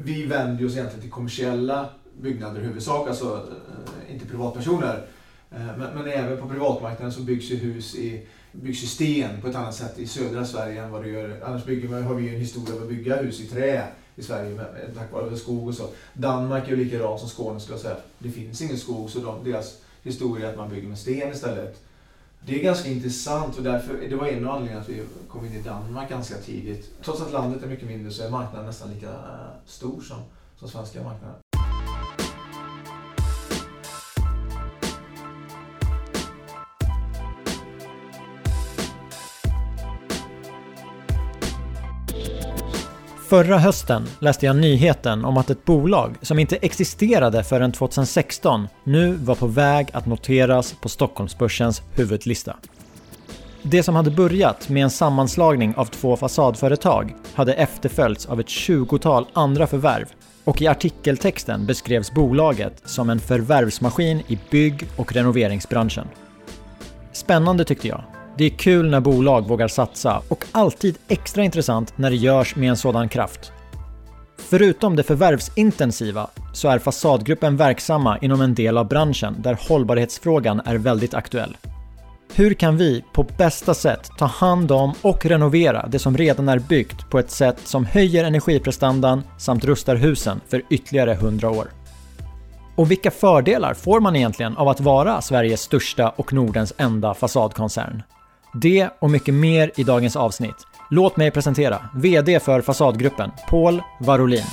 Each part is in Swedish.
vi vänder oss egentligen till kommersiella byggnader i huvudsak, alltså inte privatpersoner. Men även på privatmarknaden så byggs ju sten på ett annat sätt i södra Sverige än vad det gör. Annars har vi ju en historia av att bygga hus i trä i Sverige tack vare skog och så. Danmark är ju likadant som Skåne skulle jag säga. Det finns ingen skog så deras historia är att man bygger med sten istället. Det är ganska intressant och därför, det var en av anledningarna att vi kom in i Danmark ganska tidigt. Trots att landet är mycket mindre så är marknaden nästan lika stor som svenska marknaden. Förra hösten läste jag nyheten om att ett bolag som inte existerade förrän 2016 nu var på väg att noteras på Stockholmsbörsens huvudlista. Det som hade börjat med en sammanslagning av 2 fasadföretag hade efterföljts av ett 20-tal andra förvärv och i artikeltexten beskrevs bolaget som en förvärvsmaskin i bygg- och renoveringsbranschen. Spännande tyckte jag. Det är kul när bolag vågar satsa och alltid extra intressant när det görs med en sådan kraft. Förutom det förvärvsintensiva så är Fasadgruppen verksamma inom en del av branschen där hållbarhetsfrågan är väldigt aktuell. Hur kan vi på bästa sätt ta hand om och renovera det som redan är byggt på ett sätt som höjer energiprestandan samt rustar husen för ytterligare 100 år? Och vilka fördelar får man egentligen av att vara Sveriges största och Nordens enda fasadkoncern? Det och mycket mer i dagens avsnitt. Låt mig presentera VD för Fasadgruppen, Paul Warolin.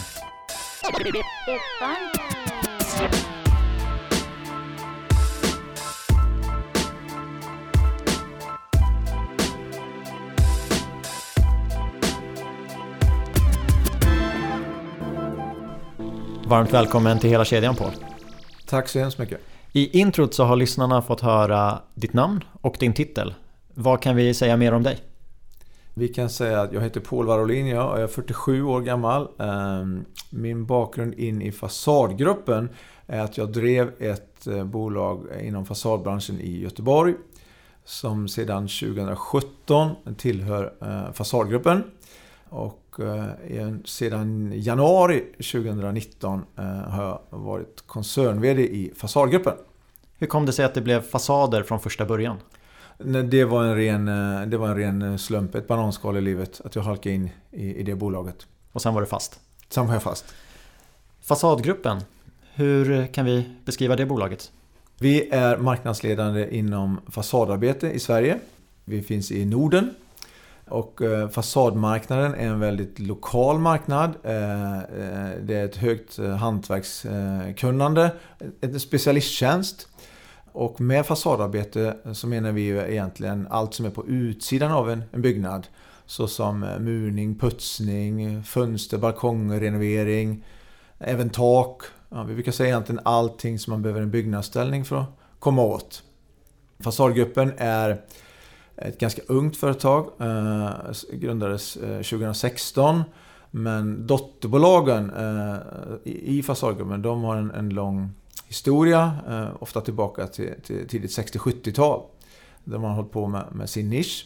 Varmt välkommen till hela kedjan, Paul. Tack så hemskt mycket. I introt så har lyssnarna fått höra ditt namn och din titel. Vad kan vi säga mer om dig? Vi kan säga att jag heter Paul Warolin, jag är 47 år gammal. Min bakgrund in i Fasadgruppen är att jag drev ett bolag inom fasadbranschen i Göteborg som sedan 2017 tillhör Fasadgruppen. Och sedan januari 2019 har jag varit koncern-vd i Fasadgruppen. Hur kom det sig att det blev fasader från första början? Det var en ren slump, ett bananskal i livet att jag halkade in i det bolaget. Och sen var det fast? Sen var jag fast. Fasadgruppen, hur kan vi beskriva det bolaget? Vi är marknadsledande inom fasadarbete i Sverige. Vi finns i Norden. Och fasadmarknaden är en väldigt lokal marknad. Det är ett högt hantverkskunnande, en specialisttjänst. Och med fasadarbete så menar vi ju egentligen allt som är på utsidan av en byggnad. Såsom murning, putsning, fönster, balkonger, renovering, även tak. Ja, vi brukar säga egentligen allting som man behöver en byggnadsställning för att komma åt. Fasadgruppen är ett ganska ungt företag, grundades 2016, men dotterbolagen i Fasadgruppen, de har en lång historia, ofta tillbaka till tidigt 60-70-tal, där man har hållit på med sin nisch.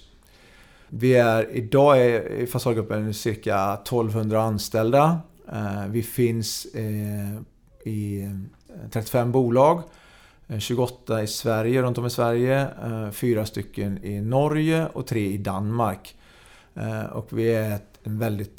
Idag är i Fasadgruppen cirka 1200 anställda. Vi finns i 35 bolag. 28 i Sverige, runt om i Sverige, 4 stycken i Norge och 3 i Danmark. Och vi är en väldigt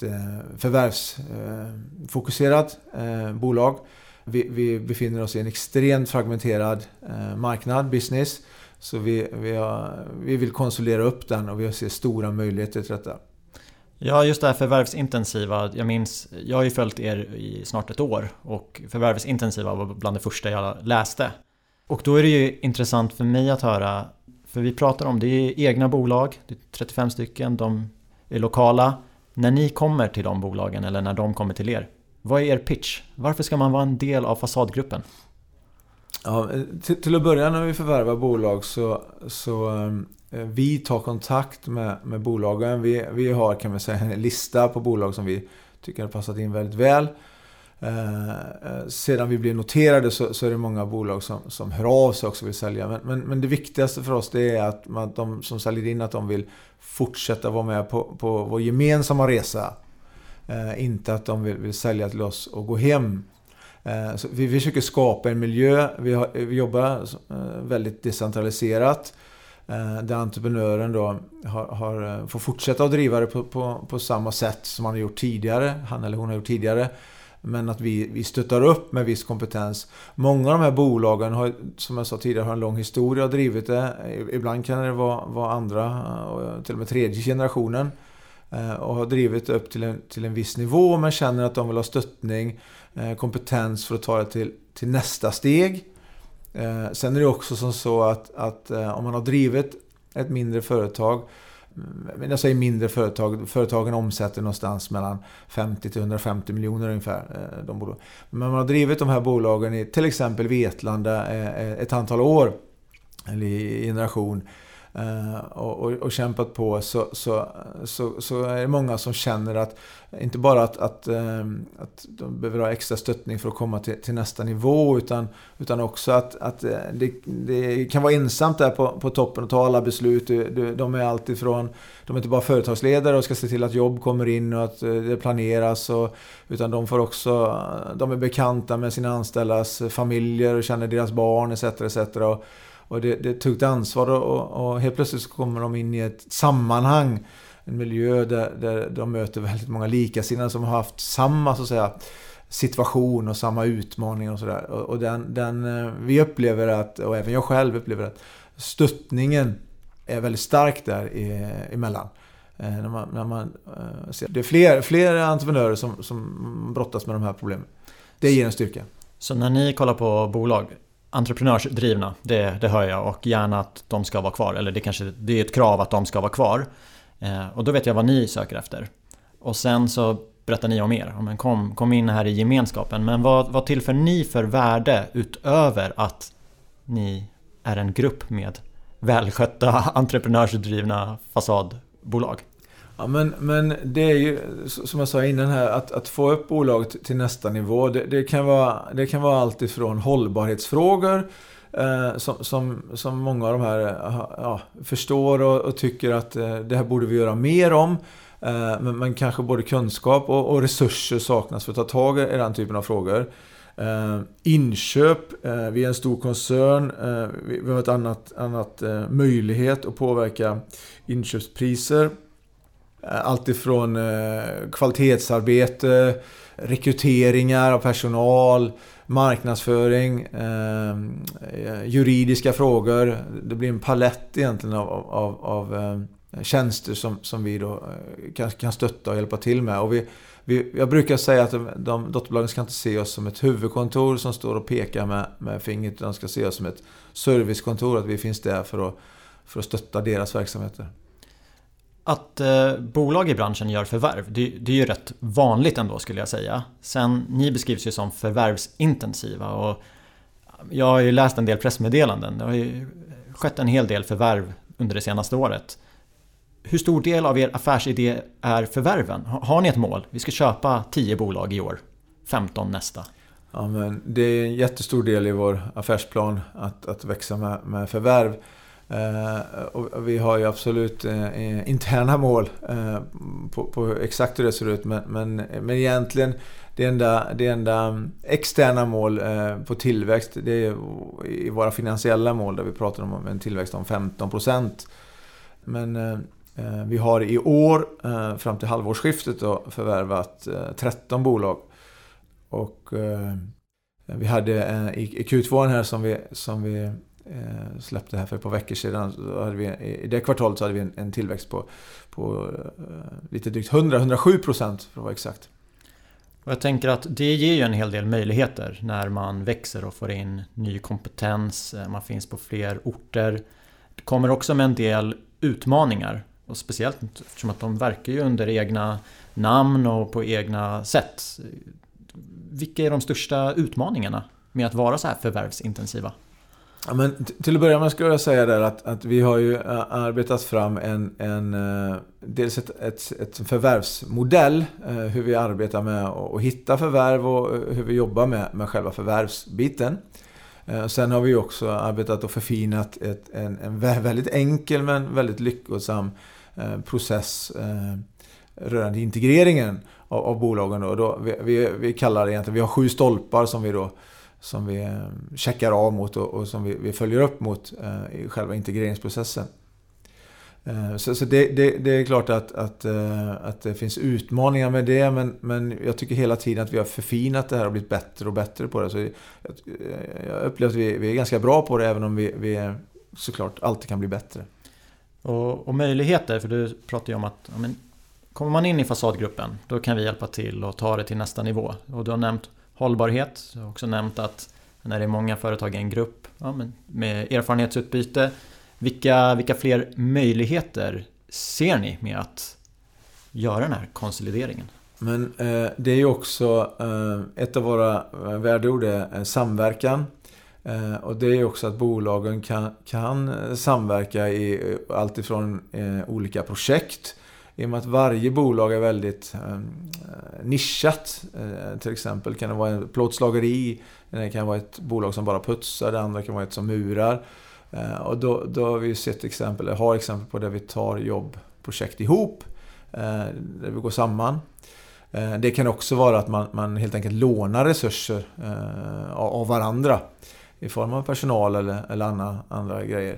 förvärvsfokuserat bolag. Vi befinner oss i en extremt fragmenterad marknad, business. Så vi vill konsolidera upp den och vi ser stora möjligheter till detta. Ja, just det här förvärvsintensiva. Jag har ju följt er i snart ett år och förvärvsintensiva var bland det första jag läste. Och då är det ju intressant för mig att höra, för vi pratar om det är egna bolag, det är 35 stycken, de är lokala. När ni kommer till de bolagen eller när de kommer till er, vad är er pitch? Varför ska man vara en del av Fasadgruppen? Ja, till att börja när vi förvärvar bolag så vi tar kontakt med bolagen. Vi har, kan man säga, en lista på bolag som vi tycker har passat in väldigt väl. Sedan vi blir noterade så är det många bolag som hör av sig också och vill sälja. Men det viktigaste för oss det är att de som säljer in att de vill fortsätta vara med på vår gemensamma resa. Inte att de vill sälja till oss och gå hem. Så vi försöker skapa en miljö. Vi jobbar väldigt decentraliserat. Där entreprenören då får fortsätta att driva det på samma sätt som han eller hon har gjort tidigare. Men att vi stöttar upp med viss kompetens. Många av de här bolagen har, som jag sa tidigare, har en lång historia och drivit det. Ibland kan det vara andra, och till och med tredje generationen. Och har drivit upp till en viss nivå, men känner att de vill ha stöttning, kompetens för att ta det till nästa steg. Sen är det också som så att om man har drivit ett mindre företag, men jag säger mindre företagen omsätter någonstans mellan 50 till 150 miljoner ungefär, de bolag. Men man har drivit de här bolagen i till exempel Vetlanda ett antal år eller i generation, och kämpat på, så är det många som känner att inte bara att de behöver ha extra stöttning för att komma till nästa nivå, utan också att det kan vara ensamt där på toppen och ta alla beslut. De är alltid från, de är inte bara företagsledare och ska se till att jobb kommer in och att det planeras, utan de är bekanta med sina anställdas familjer och känner deras barn etc. Och det är tungt ansvar, och helt plötsligt så kommer de in i ett sammanhang, en miljö där de möter väldigt många likasinnade som har haft samma, så att säga, situation och samma utmaning och sådär. Och vi upplever att, och även jag själv upplever att stöttningen är väldigt stark där emellan. När man ser, det är fler entreprenörer som brottas med de här problemen. Det ger en styrka. Så när ni kollar på bolag, entreprenörsdrivna, det hör jag, och gärna att de ska vara kvar, eller det är ett krav att de ska vara kvar, och då vet jag vad ni söker efter, och sen så berättar ni om er, men kom in här i gemenskapen, men vad tillför ni för värde utöver att ni är en grupp med välskötta entreprenörsdrivna fasadbolag? Ja, men det är ju, som jag sa innan här, att få upp bolaget till nästa nivå, det kan vara allt ifrån hållbarhetsfrågor, som många av de här förstår och tycker att det här borde vi göra mer om, men kanske både kunskap och resurser saknas för att ta tag i den typen av frågor. Inköp, vi är en stor koncern, vi har ett annat möjlighet att påverka inköpspriser. Allt ifrån kvalitetsarbete, rekryteringar av personal, marknadsföring, juridiska frågor. Det blir en palett egentligen av tjänster som vi då kan stötta och hjälpa till med. Och jag brukar säga att de dotterbolagen ska inte se oss som ett huvudkontor som står och pekar med fingret, utan de ska se oss som ett servicekontor, att vi finns där för att stötta deras verksamheter. Att bolag i branschen gör förvärv, det är ju rätt vanligt ändå, skulle jag säga. Sen, ni beskrivs ju som förvärvsintensiva, och jag har ju läst en del pressmeddelanden. Det har ju skett en hel del förvärv under det senaste året. Hur stor del av er affärsidé är förvärven? Har ni ett mål? Vi ska köpa 10 bolag i år, 15 nästa. Ja, men det är en jättestor del i vår affärsplan att växa med förvärv. Och vi har ju absolut interna mål på exakt hur det ser ut, men egentligen det enda externa mål på tillväxt, det är i våra finansiella mål, där vi pratar om en tillväxt om 15%. Men vi har i år fram till halvårsskiftet då förvärvat 13 bolag, och vi hade i Q2 här som vi släppte här för ett par veckor sedan, så hade vi, i det kvartalet så hade vi en tillväxt på lite drygt 107% för att vara exakt. Och jag tänker att det ger ju en hel del möjligheter när man växer och får in ny kompetens, man finns på fler orter. Det kommer också med en del utmaningar, och speciellt eftersom att de verkar ju under egna namn och på egna sätt. Vilka är de största utmaningarna med att vara så här förvärvsintensiva? Ja, men till att börja med skulle jag säga där att vi har ju arbetat fram dels ett förvärvsmodell, hur vi arbetar med att hitta förvärv och hur vi jobbar med själva förvärvsbiten. Sen har vi också arbetat och förfinat en väldigt enkel men väldigt lyckosam process rörande integreringen av bolagen. Då vi kallar det egentligen, vi har 7 stolpar som vi checkar av mot och som vi följer upp mot i själva integreringsprocessen. Så det är klart att det finns utmaningar med det, men jag tycker hela tiden att vi har förfinat det här och blivit bättre och bättre på det. Så jag upplever att vi är ganska bra på det, även om vi såklart alltid kan bli bättre. Och möjligheter, för du pratar ju om att kommer man in i fasadgruppen, då kan vi hjälpa till och ta det till nästa nivå. Och du har nämnt hållbarhet, du har också nämnt att när det är många företag i en grupp med erfarenhetsutbyte, vilka fler möjligheter ser ni med att göra den här konsolideringen? Men det är ju också ett av våra värdeord är samverkan. Och det är också att bolagen kan samverka i allt ifrån olika projekt. I och med att varje bolag är väldigt nischat. Till exempel kan det vara en plåtslageri, det kan vara ett bolag som bara putsar, det andra kan vara ett som murar. Och då har vi sett exempel på där vi tar jobbprojekt ihop, där vi går samman. Det kan också vara att man helt enkelt lånar resurser av varandra i form av personal eller andra grejer.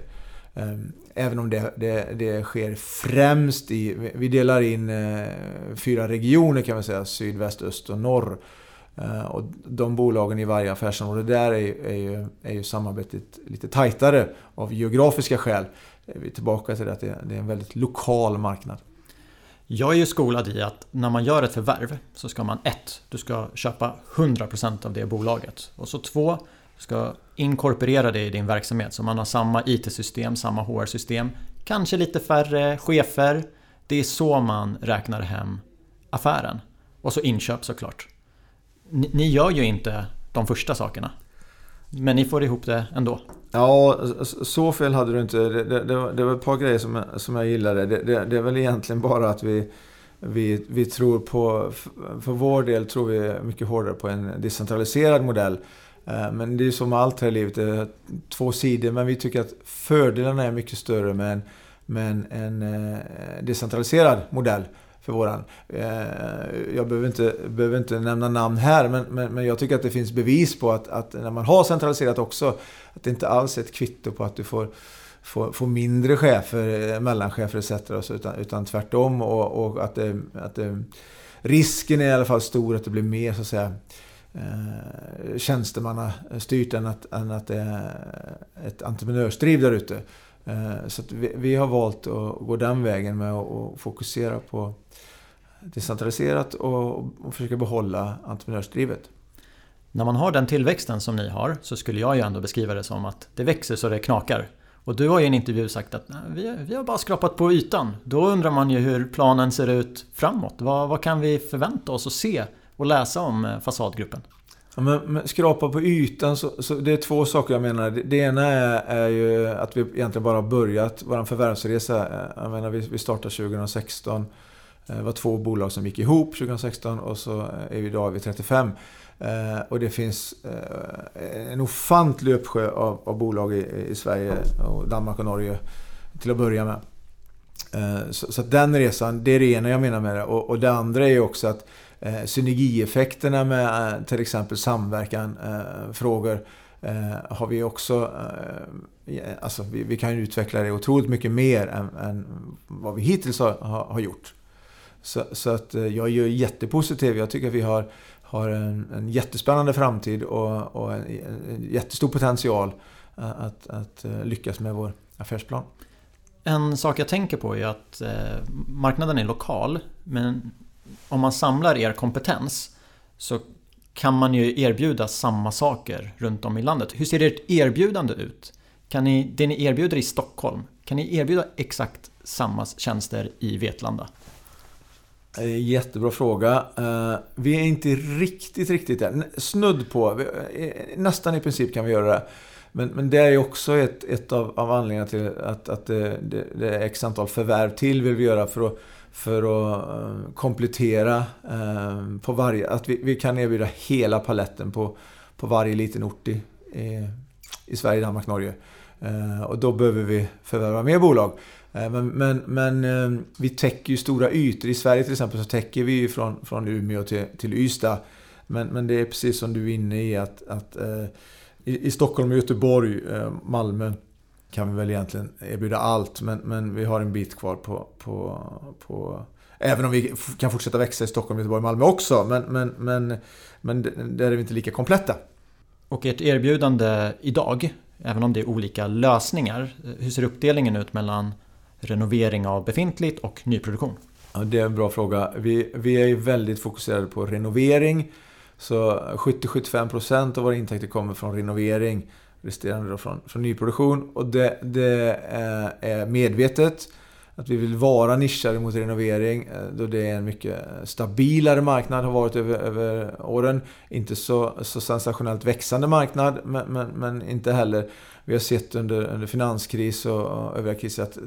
Även om det sker främst vi delar in 4 regioner kan man säga, syd, väst, öst och norr. Och de bolagen i varje affärsområde där är ju samarbetet lite tajtare av geografiska skäl. Vi är tillbaka till det att det är en väldigt lokal marknad. Jag är ju skolad i att när man gör ett förvärv så ska man du ska köpa 100% av det bolaget. Och så 2, du ska inkorporera det i din verksamhet så man har samma IT-system, samma HR-system, kanske lite färre chefer. Det är så man räknar hem affären. Och så inköp såklart. Ni gör ju inte de första sakerna. Men ni får ihop det ändå. Ja, så fel hade du inte. Det var ett par grejer som jag gillade. Det är väl egentligen bara att vi tror på, för vår del tror vi mycket hårdare på en decentraliserad modell. Men det är som allt här i livet, det är 2 sidor. Men vi tycker att fördelarna är mycket större med en decentraliserad modell för våran. Jag behöver inte nämna namn här, men jag tycker att det finns bevis på att när man har centraliserat också, att det inte alls är ett kvitto på att du får mindre chefer, mellanchefer etc. Utan tvärtom, och att risken är i alla fall stor att det blir mer så att säga tjänstemannastyrt än att det är ett entreprenörsdriv där ute. Så att vi har valt att gå den vägen med att fokusera på decentraliserat och försöka behålla entreprenörsdrivet. När man har den tillväxten som ni har så skulle jag ju ändå beskriva det som att det växer så det knakar. Och du har ju i en intervju sagt att vi har bara skrapat på ytan. Då undrar man ju hur planen ser ut framåt. Vad kan vi förvänta oss att se och läsa om fasadgruppen? Ja, men skrapa på ytan, så det är 2 saker jag menar. Det ena är ju att vi egentligen bara har börjat vår förvärvsresa. Jag menar, vi startade 2016. Det var 2 bolag som gick ihop 2016 och så är vi idag vid 35. Och det finns en ofantlig uppsjö av bolag i Sverige och Danmark och Norge till att börja med. Så den resan, det är det ena jag menar med det. Och det andra är ju också att synergieffekterna med till exempel samverkan frågor har vi också alltså vi kan utveckla det otroligt mycket mer än vad vi hittills har gjort. Så att jag är ju jättepositiv. Jag tycker att vi har en jättespännande framtid och en jättestor potential att lyckas med vår affärsplan. En sak jag tänker på är att marknaden är lokal, men om man samlar er kompetens så kan man ju erbjuda samma saker runt om i landet. Hur ser ert erbjudande ut? Det ni erbjuder i Stockholm, kan ni erbjuda exakt samma tjänster i Vetlanda? Jättebra fråga. Vi är inte riktigt där. Snudd på. Nästan i princip kan vi göra det. Men det är ju också ett av anledningarna till att det är x antal förvärv till vill vi göra för att komplettera på varje, att vi kan erbjuda hela paletten på varje liten ort i Sverige, Danmark, Norge. Och då behöver vi förvärva mer bolag. Men vi täcker ju stora ytor. I Sverige till exempel så täcker vi ju från Umeå till Ystad. Men det är precis som du är inne i att i Stockholm, Göteborg, Malmö kan vi väl egentligen erbjuda allt. Men vi har en bit kvar på även om vi kan fortsätta växa i Stockholm, Göteborg, Malmö också. Men där är vi inte lika kompletta. Och ert erbjudande idag, även om det är olika lösningar, hur ser uppdelningen ut mellan renovering av befintligt och nyproduktion? Ja, det är en bra fråga. Vi är ju väldigt fokuserade på renovering. Så 70-75% av våra intäkter kommer från renovering. Resterande då från nyproduktion. Och det är medvetet att vi vill vara nischade mot renovering. Då det är en mycket stabilare marknad, har varit över åren. Inte så sensationellt växande marknad. Men inte heller. Vi har sett under finanskris och övriga kriser att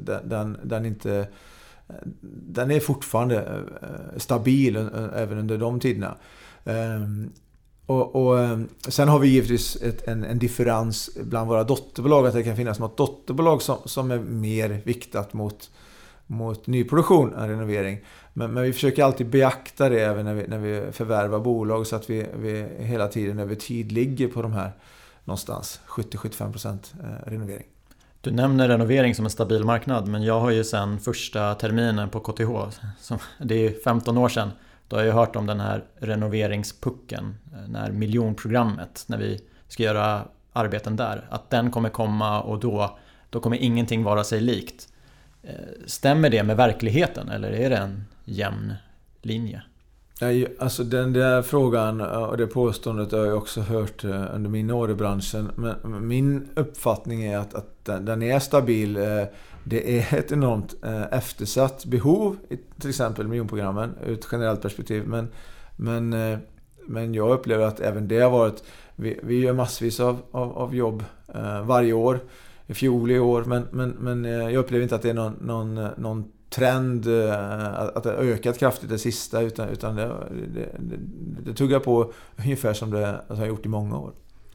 den är fortfarande stabil även under de tiderna. Och sen har vi givetvis en differens bland våra dotterbolag, att det kan finnas något dotterbolag som är mer viktat mot nyproduktion än renovering. Men vi försöker alltid beakta det även när vi förvärvar bolag, så att vi hela tiden över tid ligger på de här någonstans 70-75% renovering. Du nämner renovering som en stabil marknad, men jag har ju sedan första terminen på KTH, det är 15 år sedan, då har jag hört om den här renoveringspucken, när miljonprogrammet, när vi ska göra arbeten där, att den kommer komma och då kommer ingenting vara sig likt. Stämmer det med verkligheten, eller är det en jämn linje? Alltså den där frågan och det påståendet har jag också hört under mina år i branschen. Men min uppfattning är att den är stabil. Det är ett enormt eftersatt behov i till exempel miljonprogrammen ur ett generellt perspektiv. Men jag upplever att även det har varit... Vi gör massvis av jobb varje år. I fjol i år. Men jag upplever inte att det är någon trend att det har ökat kraftigt det sista, utan det tuggar på ungefär som det har gjort i många år.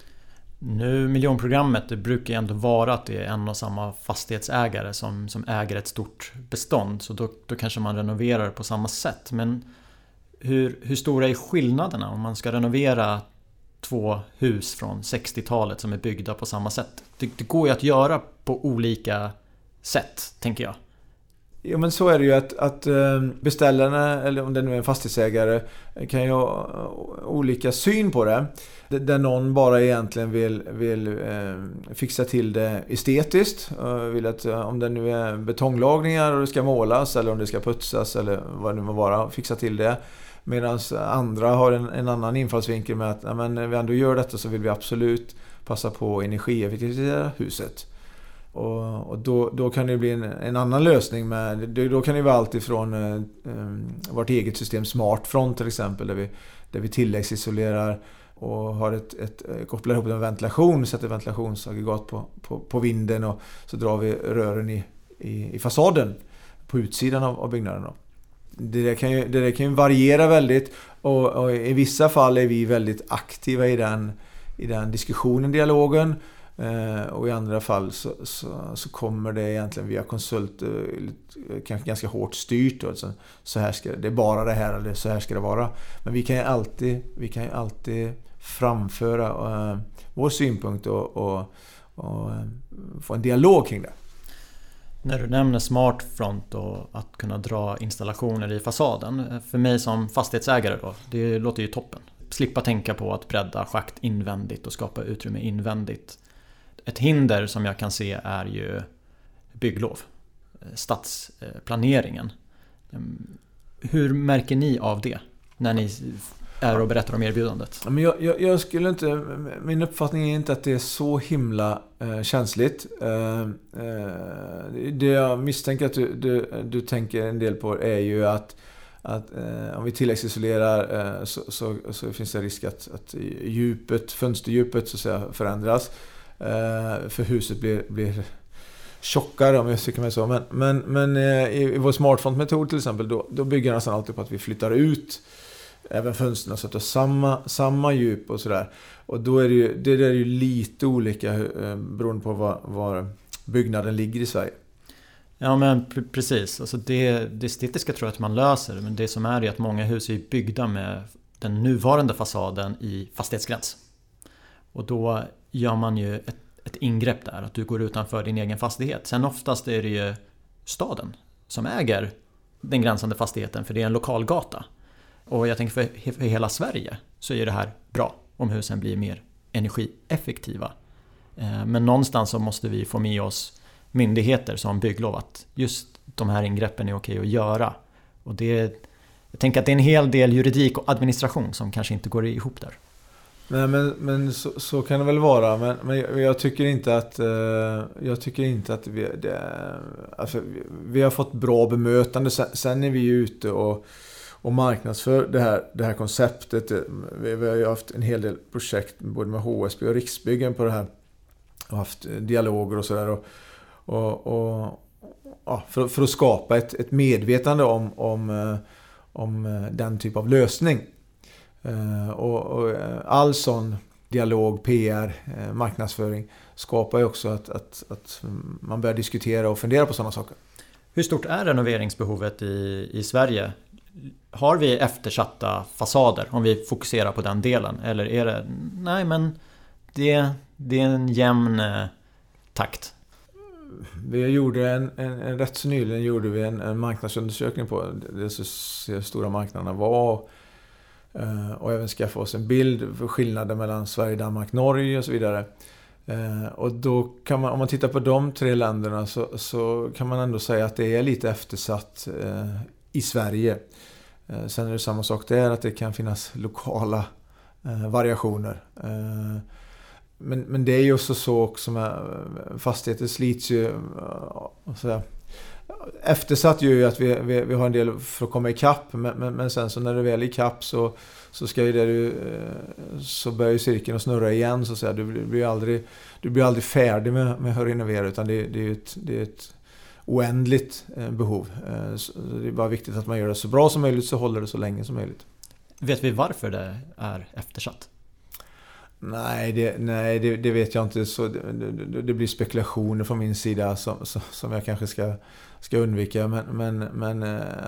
Nu miljonprogrammet, det brukar ändå vara att det är en och samma fastighetsägare som äger ett stort bestånd, så då kanske man renoverar på samma sätt. Men hur stora är skillnaderna om man ska renovera 2 hus från 60-talet som är byggda på samma sätt? Det går ju att göra på olika sätt, tänker jag. Jo, men så är det ju att beställarna, eller om det nu är en fastighetsägare, kan ju ha olika syn på det. Där någon bara egentligen vill fixa till det estetiskt. Vill att om det nu är betonglagningar och det ska målas, eller om det ska putsas eller vad det nu må vara, fixa till det. Medan andra har en annan infallsvinkel med att när vi ändå gör detta så vill vi absolut passa på att energieffektivisera huset. Och då kan det bli en annan lösning. Då kan det vara allt ifrån vårt eget system SmartFront till exempel, där vi tilläggsisolerar och har kopplar ihop en ventilation, sätter ventilationsaggregat på vinden, och så drar vi rören i fasaden på utsidan av byggnaden. Det där kan ju variera väldigt, och i vissa fall är vi väldigt aktiva i den diskussionen, dialogen. Och i andra fall så kommer det egentligen via konsult, kanske ganska hårt styrt, och så här ska det är bara det här, eller så här ska det vara. Men vi kan ju alltid framföra vår synpunkt och få en dialog kring det. När du nämner SmartFront och att kunna dra installationer i fasaden, för mig som fastighetsägare då, det låter ju toppen. Slippa tänka på att bredda schakt invändigt och skapa utrymme invändigt. Ett hinder som jag kan se är ju bygglov, stadsplaneringen. Hur märker ni av det när ni är och berättar om erbjudandet? Men jag skulle inte, min uppfattning är inte att det är så himla känsligt. Det jag misstänker att du tänker en del på är ju att om vi tilläggsisolerar så finns det risk att fönsterdjupet så att säga förändras. För huset blir tjockare, om jag tycker mig så. Men i vår SmartFront-metod till exempel, då bygger nästan alltid på att vi flyttar ut även fönsterna så att det är samma djup och sådär. Och då är det är ju lite olika beroende på var byggnaden ligger i Sverige. Ja, men precis. Alltså det estetiska tror jag att man löser. Men det som är att många hus är byggda med den nuvarande fasaden i fastighetsgräns. Och då gör man ju ett ingrepp där. Att du går utanför din egen fastighet. Sen oftast är det ju staden som äger den gränsande fastigheten. För det är en lokal gata. Och jag tänker för hela Sverige så är det här bra. Om husen blir mer energieffektiva. Men någonstans så måste vi få med oss myndigheter som bygglov att just de här ingreppen är okej att göra. Och jag tänker att det är en hel del juridik och administration som kanske inte går ihop där. Nej, men så kan det väl vara. Men jag tycker inte att vi har fått bra bemötande. Sen är vi ju ute och marknadsför det här konceptet. Vi har ju haft en hel del projekt både med HSB och Riksbyggen på det här. Och haft dialoger och sådär. För att skapa ett medvetande om den typ av lösning. Och all sån dialog, PR, marknadsföring skapar ju också att man börjar diskutera och fundera på sådana saker. Hur stort är renoveringsbehovet i Sverige? Har vi eftersatta fasader om vi fokuserar på den delen? Eller är det... Nej, men det är en jämn takt. Vi gjorde en rätt så nyligen gjorde vi en marknadsundersökning på det så stora marknaderna var och även skaffa oss en bild för skillnaden mellan Sverige, Danmark, Norge och så vidare. Och då kan man, om man tittar på de 3 länderna så kan man ändå säga att det är lite eftersatt i Sverige. Sen är det samma sak där, att det kan finnas lokala variationer. Men det är ju så också med fastigheter slits ju så eftersatt ju att vi har en del för att komma ikapp, men sen så när du väl är ikapp så ska ju så börjar ju cirkeln att snurra igen så att säga. Du blir aldrig färdig med att renovera, utan det är ett oändligt behov. Så det är bara viktigt att man gör det så bra som möjligt, så håller det så länge som möjligt. Vet vi varför det är eftersatt? Nej, det vet jag inte. Så det blir spekulationer från min sida som jag kanske ska undvika. Men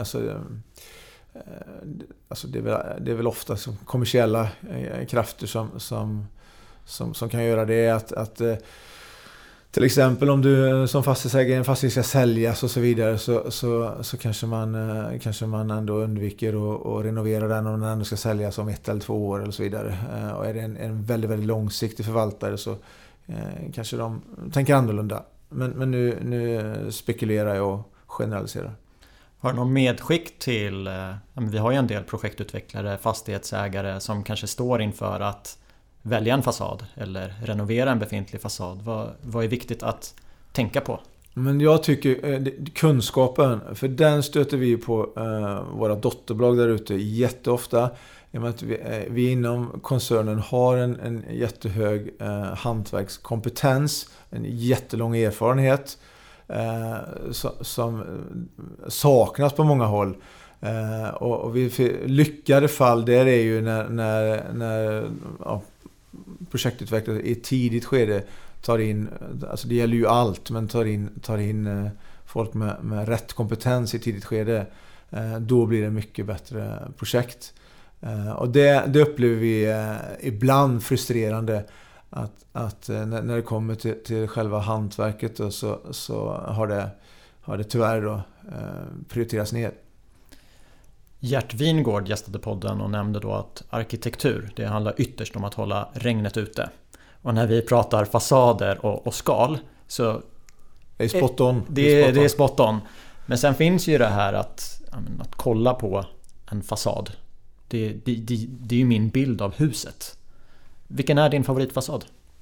alltså det är väl ofta som kommersiella krafter som kan göra det. Att till exempel om du som fastighetsägare en fastighet ska säljas och så vidare, så kanske man ändå undviker att renovera den om den ändå ska säljas om 1 eller 2 år eller så vidare. Och är det en väldigt, väldigt långsiktig förvaltare så kanske de tänker annorlunda. Men nu spekulerar jag och generaliserar. Har du någon medskick till, vi har ju en del projektutvecklare, fastighetsägare som kanske står inför att välja en fasad eller renovera en befintlig fasad. Vad är viktigt att tänka på? Men jag tycker kunskapen, för den stöter vi på våra dotterbolag där ute jätteofta. I och med att vi inom koncernen har en jättehög hantverkskompetens, en jättelång erfarenhet som saknas på många håll. Och vi lyckade fall där är ju när projektutvecklare i ett tidigt skede tar in, alltså det gäller ju allt, men tar in folk med rätt kompetens i tidigt skede, då blir det mycket bättre projekt. Och det upplever vi ibland frustrerande att när det kommer till själva hantverket då, så har det tyvärr då prioriterats ner. Gert Wingård gästade podden och nämnde då att arkitektur, det handlar ytterst om att hålla regnet ute. Och när vi pratar fasader och skal så det är spot on. Det är spot on. Men sen finns ju det här att kolla på en fasad. Det är ju min bild av huset. Vilken är din favoritfasad?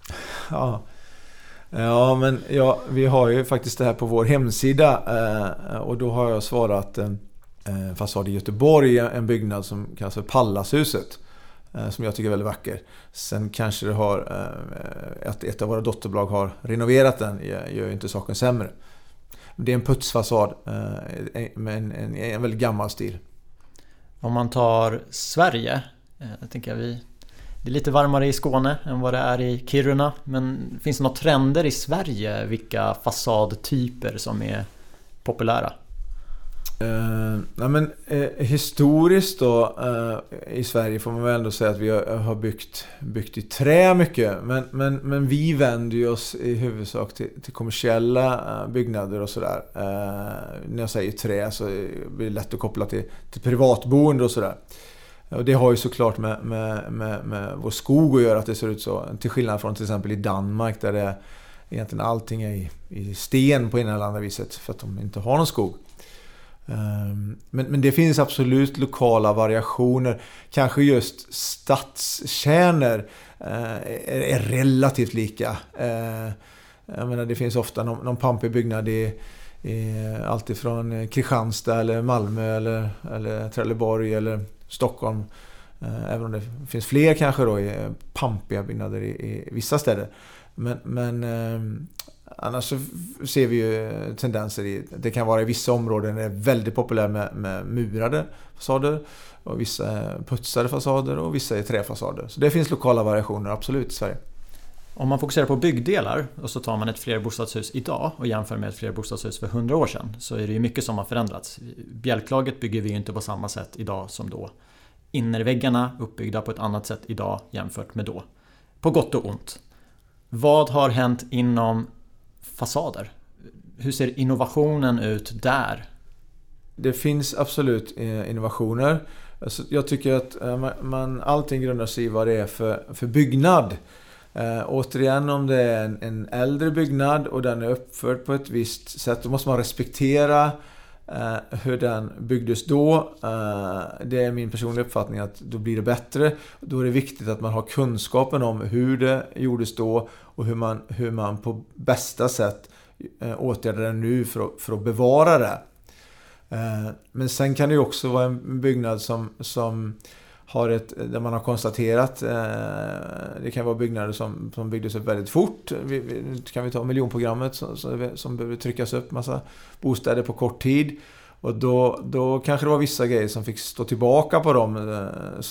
Ja, men vi har ju faktiskt det här på vår hemsida och då har jag svarat fasad i Göteborg, en byggnad som kallas för Pallashuset, som jag tycker är väldigt vacker. Sen kanske det har att ett av våra dotterbolag har renoverat den, gör ju inte saken sämre. Det är en putsfasad med en väldigt gammal stil. Om man tar Sverige, jag tänker det är lite varmare i Skåne än vad det är i Kiruna, men finns det några trender i Sverige vilka fasadtyper som är populära? Historiskt då i Sverige får man väl ändå säga att vi har byggt i trä mycket, men vi vänder ju oss i huvudsak till kommersiella byggnader och sådär. När jag säger trä så blir det lätt att koppla till privatboende och sådär. Och det har ju såklart med vår skog att göra att det ser ut så, till skillnad från till exempel i Danmark där det egentligen allting är i sten på ena eller andra viset för att de inte har någon skog. Men det finns absolut lokala variationer. Kanske just stadskärnor är relativt lika. Jag menar, det finns ofta någon pampig byggnad i alltifrån Kristianstad eller Malmö eller Trelleborg eller Stockholm. Även om det finns fler kanske då i pampiga byggnader i vissa städer. Men annars så ser vi ju tendenser i, det kan vara i vissa områden det är väldigt populärt med murade fasader och vissa putsade fasader och vissa är träfasader. Så det finns lokala variationer absolut i Sverige. Om man fokuserar på byggdelar och så tar man ett flerbostadshus idag och jämför med ett flerbostadshus för 100 år sedan, så är det ju mycket som har förändrats. Bjälklaget bygger vi ju inte på samma sätt idag som då. Innerväggarna uppbyggda på ett annat sätt idag jämfört med då. På gott och ont. Vad har hänt inom fasader? Hur ser innovationen ut där? Det finns absolut innovationer. Alltså, jag tycker att allting grundar sig i vad det är för byggnad. Återigen, om det är en äldre byggnad och den är uppförd på ett visst sätt, då måste man respektera hur den byggdes då. Det är min personliga uppfattning att då blir det bättre. Då är det viktigt att man har kunskapen om hur det gjordes då och hur man på bästa sätt åtgärdar det nu för att bevara det. Men sen kan det ju också vara en byggnad som har där man har konstaterat, det kan vara byggnader som byggdes upp väldigt fort. Kan vi ta miljonprogrammet som behöver tryckas upp massa bostäder på kort tid. Och då kanske det var vissa grejer som fick stå tillbaka på dem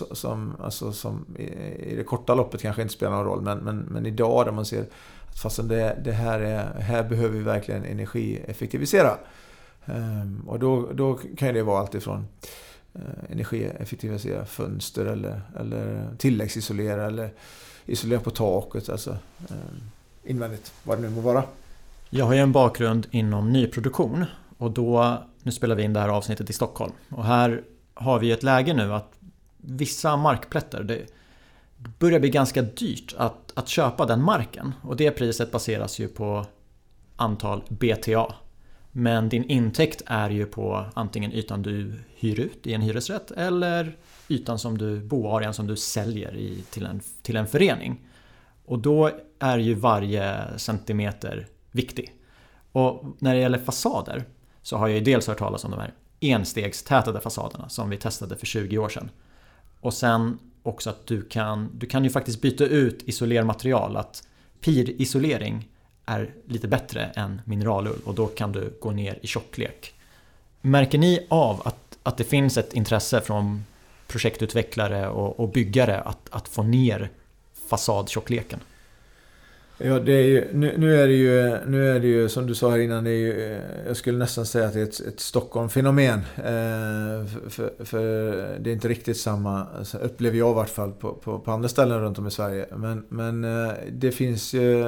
som i det korta loppet kanske inte spelar någon roll. Men idag där man ser att fastän det här behöver vi verkligen energieffektivisera. Och då kan det vara allt ifrån energieffektivisera fönster eller tilläggsisolera eller isolera på taket, alltså invändigt, vad det nu må vara. Jag har ju en bakgrund inom nyproduktion och nu spelar vi in det här avsnittet i Stockholm. Och här har vi ett läge nu att vissa markplätter, det börjar bli ganska dyrt att köpa den marken. Och det priset baseras ju på antal BTA. Men din intäkt är ju på antingen ytan du hyr ut i en hyresrätt eller ytan boarean som du säljer till en förening. Och då är ju varje centimeter viktig. Och när det gäller fasader så har jag ju dels hört talas om de här enstegstätade fasaderna som vi testade för 20 år sedan. Och sen också att du kan ju faktiskt byta ut isolermaterial, att PIR-isolering är lite bättre än mineralull och då kan du gå ner i tjocklek. Märker ni av att det finns ett intresse från projektutvecklare och byggare att få ner fasadtjockleken? Ja, det är ju, nu är det ju som du sa här innan, det är ju, jag skulle nästan säga att det är ett Stockholm-fenomen. För det är inte riktigt samma, upplever jag i vart fall på andra ställen runt om i Sverige. Men det finns ju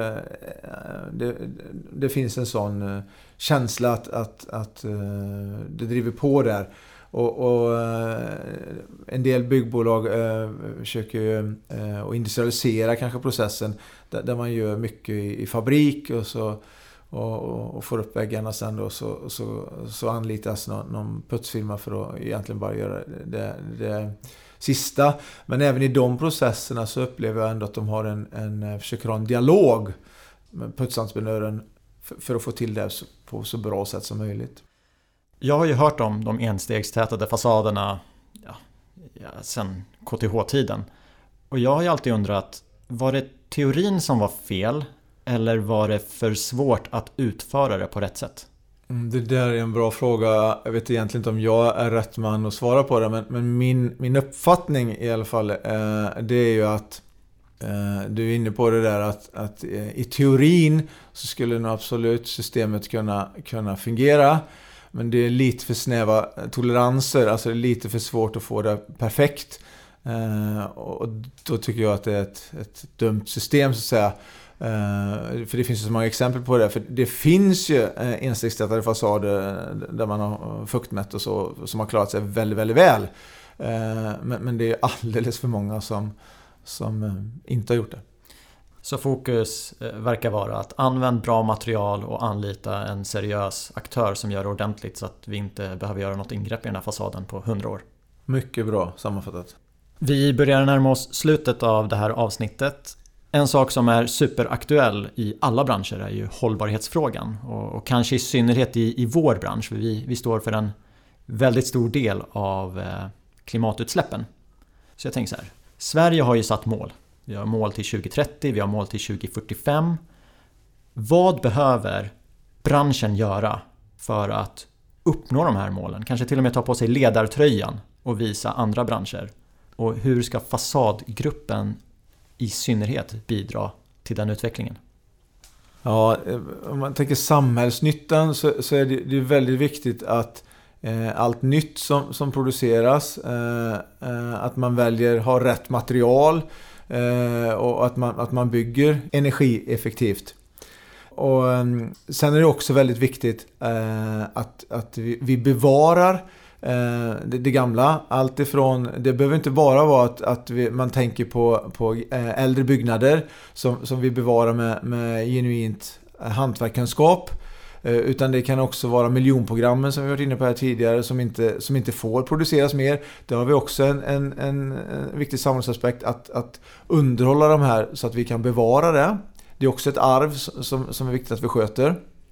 det finns en sån känsla att det driver på där. Och en del byggbolag försöker ju att industrialisera kanske processen där man gör mycket i fabrik och får upp väggarna sen då, så anlitas någon putsfirma för att egentligen bara göra det sista. Men även i de processerna så upplever jag ändå att de har försöker ha en dialog med putsentreprenören för att få till det på så bra sätt som möjligt. Jag har ju hört om de enstegstätade fasaderna sedan KTH-tiden. Och jag har ju alltid undrat, var det teorin som var fel eller var det för svårt att utföra det på rätt sätt? Det där är en bra fråga. Jag vet egentligen inte om jag är rätt man att svara på det. Men min uppfattning i alla fall det är ju att du är inne på det där att i teorin så skulle nog absolut systemet kunna fungera. Men det är lite för snäva toleranser, alltså det är lite för svårt att få det perfekt. Och då tycker jag att det är ett dumt system så att säga. För det finns ju så många exempel på det. För det finns ju enstegsstätade fasader där man har fuktmätt och så, som har klarat sig väldigt, väldigt väl. Men det är alldeles för många som inte har gjort det. Så fokus verkar vara att använda bra material och anlita en seriös aktör som gör det ordentligt så att vi inte behöver göra något ingrepp i den här fasaden på 100 år. Mycket bra sammanfattat. Vi börjar närma oss slutet av det här avsnittet. En sak som är superaktuell i alla branscher är ju hållbarhetsfrågan. Och kanske i synnerhet i vår bransch. För vi står för en väldigt stor del av klimatutsläppen. Så jag tänker så här. Sverige har ju satt mål. Vi har mål till 2030, vi har mål till 2045. Vad behöver branschen göra för att uppnå de här målen? Kanske till och med ta på sig ledartröjan och visa andra branscher. Och hur ska fasadgruppen i synnerhet bidra till den utvecklingen? Ja, om man tänker samhällsnyttan så är det väldigt viktigt att allt nytt som produceras, att man väljer ha rätt material och att man bygger energieffektivt. Och sen är det också väldigt viktigt att vi bevarar det gamla. Allt ifrån, det behöver inte bara vara att man tänker på äldre byggnader som vi bevarar med genuint hantverkskunskap, utan det kan också vara miljonprogrammen som vi varit inne på här tidigare som inte får produceras mer. Där har vi också en viktig samhällsaspekt att underhålla de här så att vi kan bevara det. Det är också ett arv som är viktigt att vi sköter.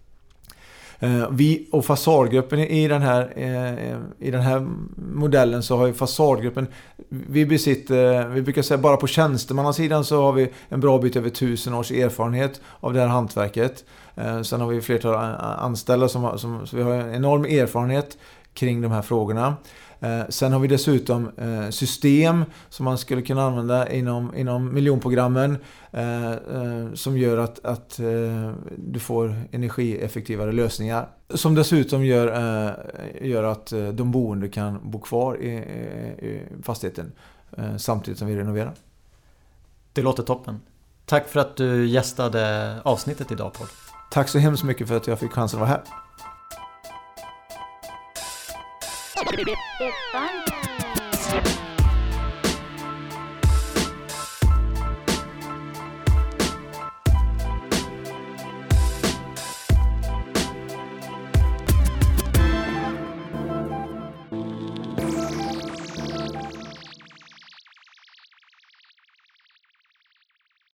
Vi och fasadgruppen i den här modellen, så har ju fasadgruppen, vi brukar säga bara på tjänstemannasidan så har vi en bra bit över 1000 års erfarenhet av det här hantverket. Sen har vi flertal anställda så vi har en enorm erfarenhet kring de här frågorna. Sen har vi dessutom system som man skulle kunna använda inom miljonprogrammen som gör att du får energieffektivare lösningar. Som dessutom gör att de boende kan bo kvar i fastigheten samtidigt som vi renoverar. Det låter toppen. Tack för att du gästade avsnittet idag, Paul. Tack så hemskt mycket för att jag fick chansen att vara här.